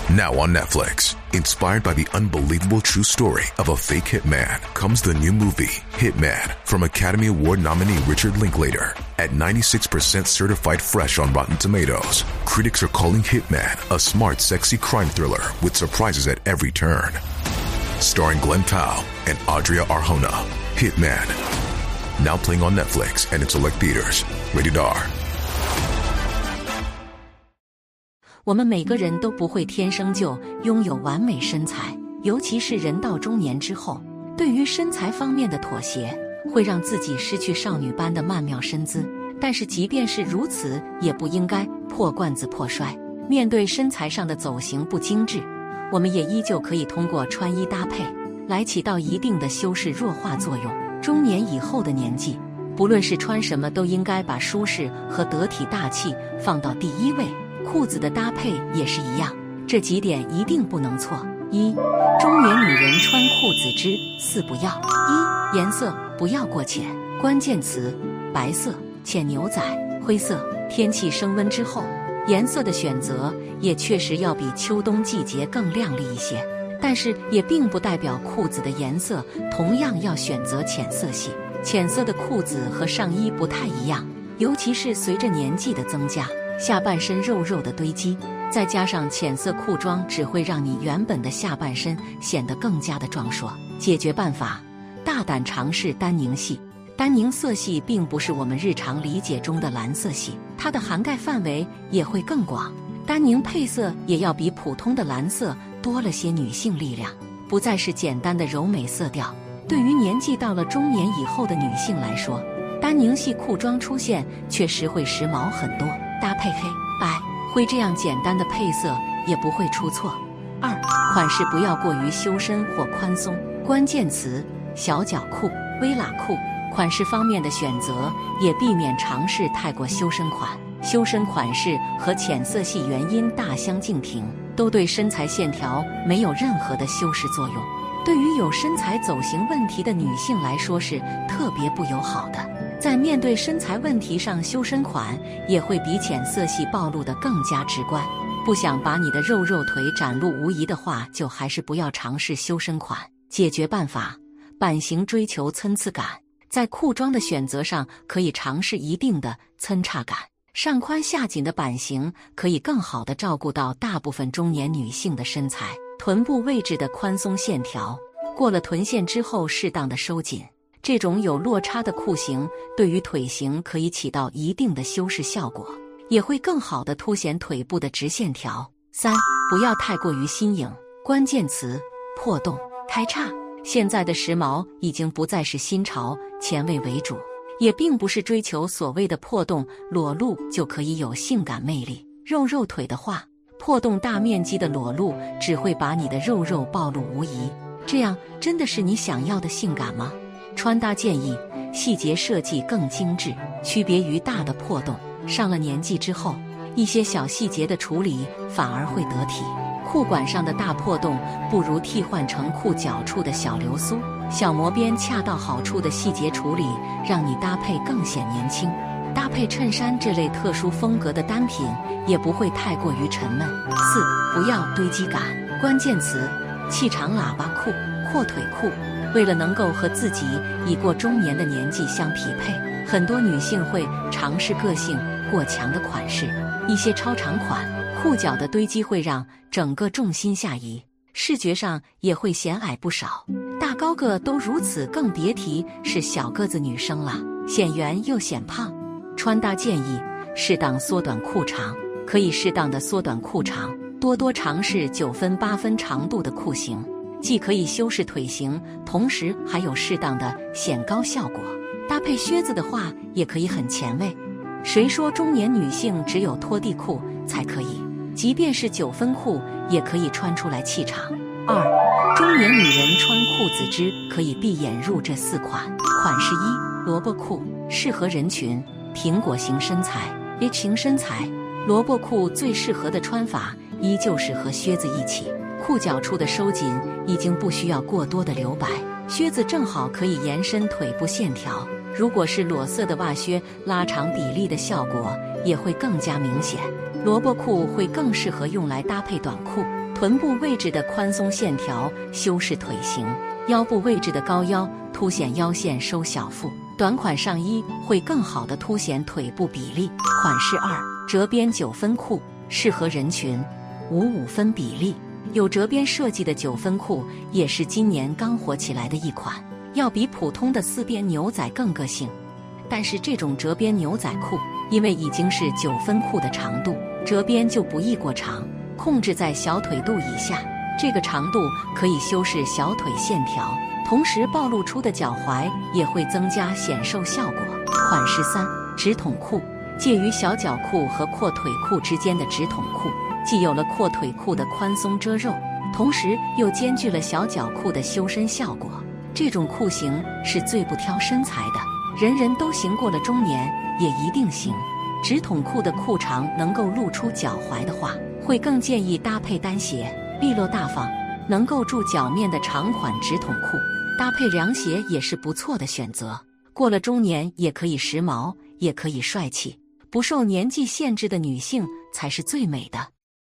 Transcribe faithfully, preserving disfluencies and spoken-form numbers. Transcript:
Now on Netflix, inspired by the unbelievable true story of a fake hitman, comes the new movie, Hitman, from Academy Award nominee Richard Linklater. At ninety-six percent certified fresh on Rotten Tomatoes, critics are calling Hitman a smart, sexy crime thriller with surprises at every turn. Starring Glenn Powell and Adria Arjona, Hitman. Now playing on Netflix and in select theaters. Rated R. 我们每个人都不会天生就拥有完美身材，尤其是人到中年之后，对于身材方面的妥协，会让自己失去少女般的曼妙身姿。但是即便是如此，也不应该破罐子破摔。面对身材上的走形不精致，我们也依旧可以通过穿衣搭配来起到一定的修饰弱化作用。中年以后的年纪，不论是穿什么，都应该把舒适和得体大气放到第一位。裤子的搭配也是一样，这几点一定不能错。一、中年女人穿裤子之四不要。一、颜色不要过浅，关键词白色、浅牛仔、灰色。天气升温之后，颜色的选择也确实要比秋冬季节更亮丽一些，但是也并不代表裤子的颜色同样要选择浅色系。浅色的裤子和上衣不太一样，尤其是随着年纪的增加，下半身肉肉的堆积，再加上浅色裤装只会让你原本的下半身显得更加的壮硕。解决办法：大胆尝试丹宁系。丹宁色系并不是我们日常理解中的蓝色系，它的涵盖范围也会更广。丹宁配色也要比普通的蓝色多了些女性力量，不再是简单的柔美色调。对于年纪到了中年以后的女性来说，丹宁系裤装出现确实会时髦很多，搭配黑、白、灰这样简单的配色也不会出错。二、款式不要过于修身或宽松，关键词小脚裤、微喇裤。款式方面的选择也避免尝试太过修身款。修身款式和浅色系原因大相径庭，都对身材线条没有任何的修饰作用，对于有身材走形问题的女性来说是特别不友好的。在面对身材问题上，修身款也会比浅色系暴露得更加直观。不想把你的肉肉腿展露无遗的话，就还是不要尝试修身款。解决办法：版型追求参差感，在裤装的选择上可以尝试一定的参差感。上宽下紧的版型可以更好地照顾到大部分中年女性的身材。臀部位置的宽松线条，过了臀线之后适当的收紧。这种有落差的裤型对于腿型可以起到一定的修饰效果，也会更好地凸显腿部的直线条。三、不要太过于新颖，关键词破洞、开叉。现在的时髦已经不再是新潮、前卫为主，也并不是追求所谓的破洞裸露就可以有性感魅力。肉肉腿的话，破洞大面积的裸露只会把你的肉肉暴露无遗，这样真的是你想要的性感吗？穿搭建议：细节设计更精致，区别于大的破洞。上了年纪之后，一些小细节的处理反而会得体。裤管上的大破洞不如替换成裤脚处的小流苏、小磨边，恰到好处的细节处理，让你搭配更显年轻。搭配衬衫这类特殊风格的单品，也不会太过于沉闷。四、不要堆积感，关键词气场喇叭裤、阔腿裤。为了能够和自己已过中年的年纪相匹配，很多女性会尝试个性过强的款式。一些超长款裤脚的堆积会让整个重心下移，视觉上也会显矮不少。大高个都如此，更别提是小个子女生了，显圆又显胖。穿搭建议：适当缩短裤长，可以适当的缩短裤长，多多尝试九分八分长度的裤型，既可以修饰腿型，同时还有适当的显高效果。搭配靴子的话，也可以很前卫。谁说中年女性只有拖地裤才可以？即便是九分裤也可以穿出来气场。二、中年女人穿裤子之可以闭眼入这四款。款式一：萝卜裤，适合人群苹果型身材、H 型身材。萝卜裤最适合的穿法依旧是和靴子一起，裤脚处的收紧已经不需要过多的留白，靴子正好可以延伸腿部线条。如果是裸色的袜靴，拉长比例的效果也会更加明显。萝卜裤会更适合用来搭配短裤。 臀部位置的宽松线条修饰腿型，腰部位置的高腰凸显腰线收小腹。短款上衣会更好地凸显腿部比例。款式二，折边九分裤，适合人群五五分比例。有折边设计的九分裤也是今年刚火起来的一款，要比普通的四边牛仔更个性。但是这种折边牛仔裤因为已经是九分裤的长度，折边就不宜过长，控制在小腿肚以下。这个长度可以修饰小腿线条，同时暴露出的脚踝也会增加显瘦效果。款式三，直筒裤，介于小脚裤和阔腿裤之间的直筒裤，既有了阔腿裤的宽松遮肉，同时又兼具了小脚裤的修身效果。这种裤型是最不挑身材的，人人都行，过了中年也一定行。直筒裤的裤长能够露出脚踝的话，会更建议搭配单鞋，利落大方，能够住脚面的长款直筒裤，搭配凉鞋也是不错的选择。过了中年也可以时髦，也可以帅气，不受年纪限制的女性才是最美的。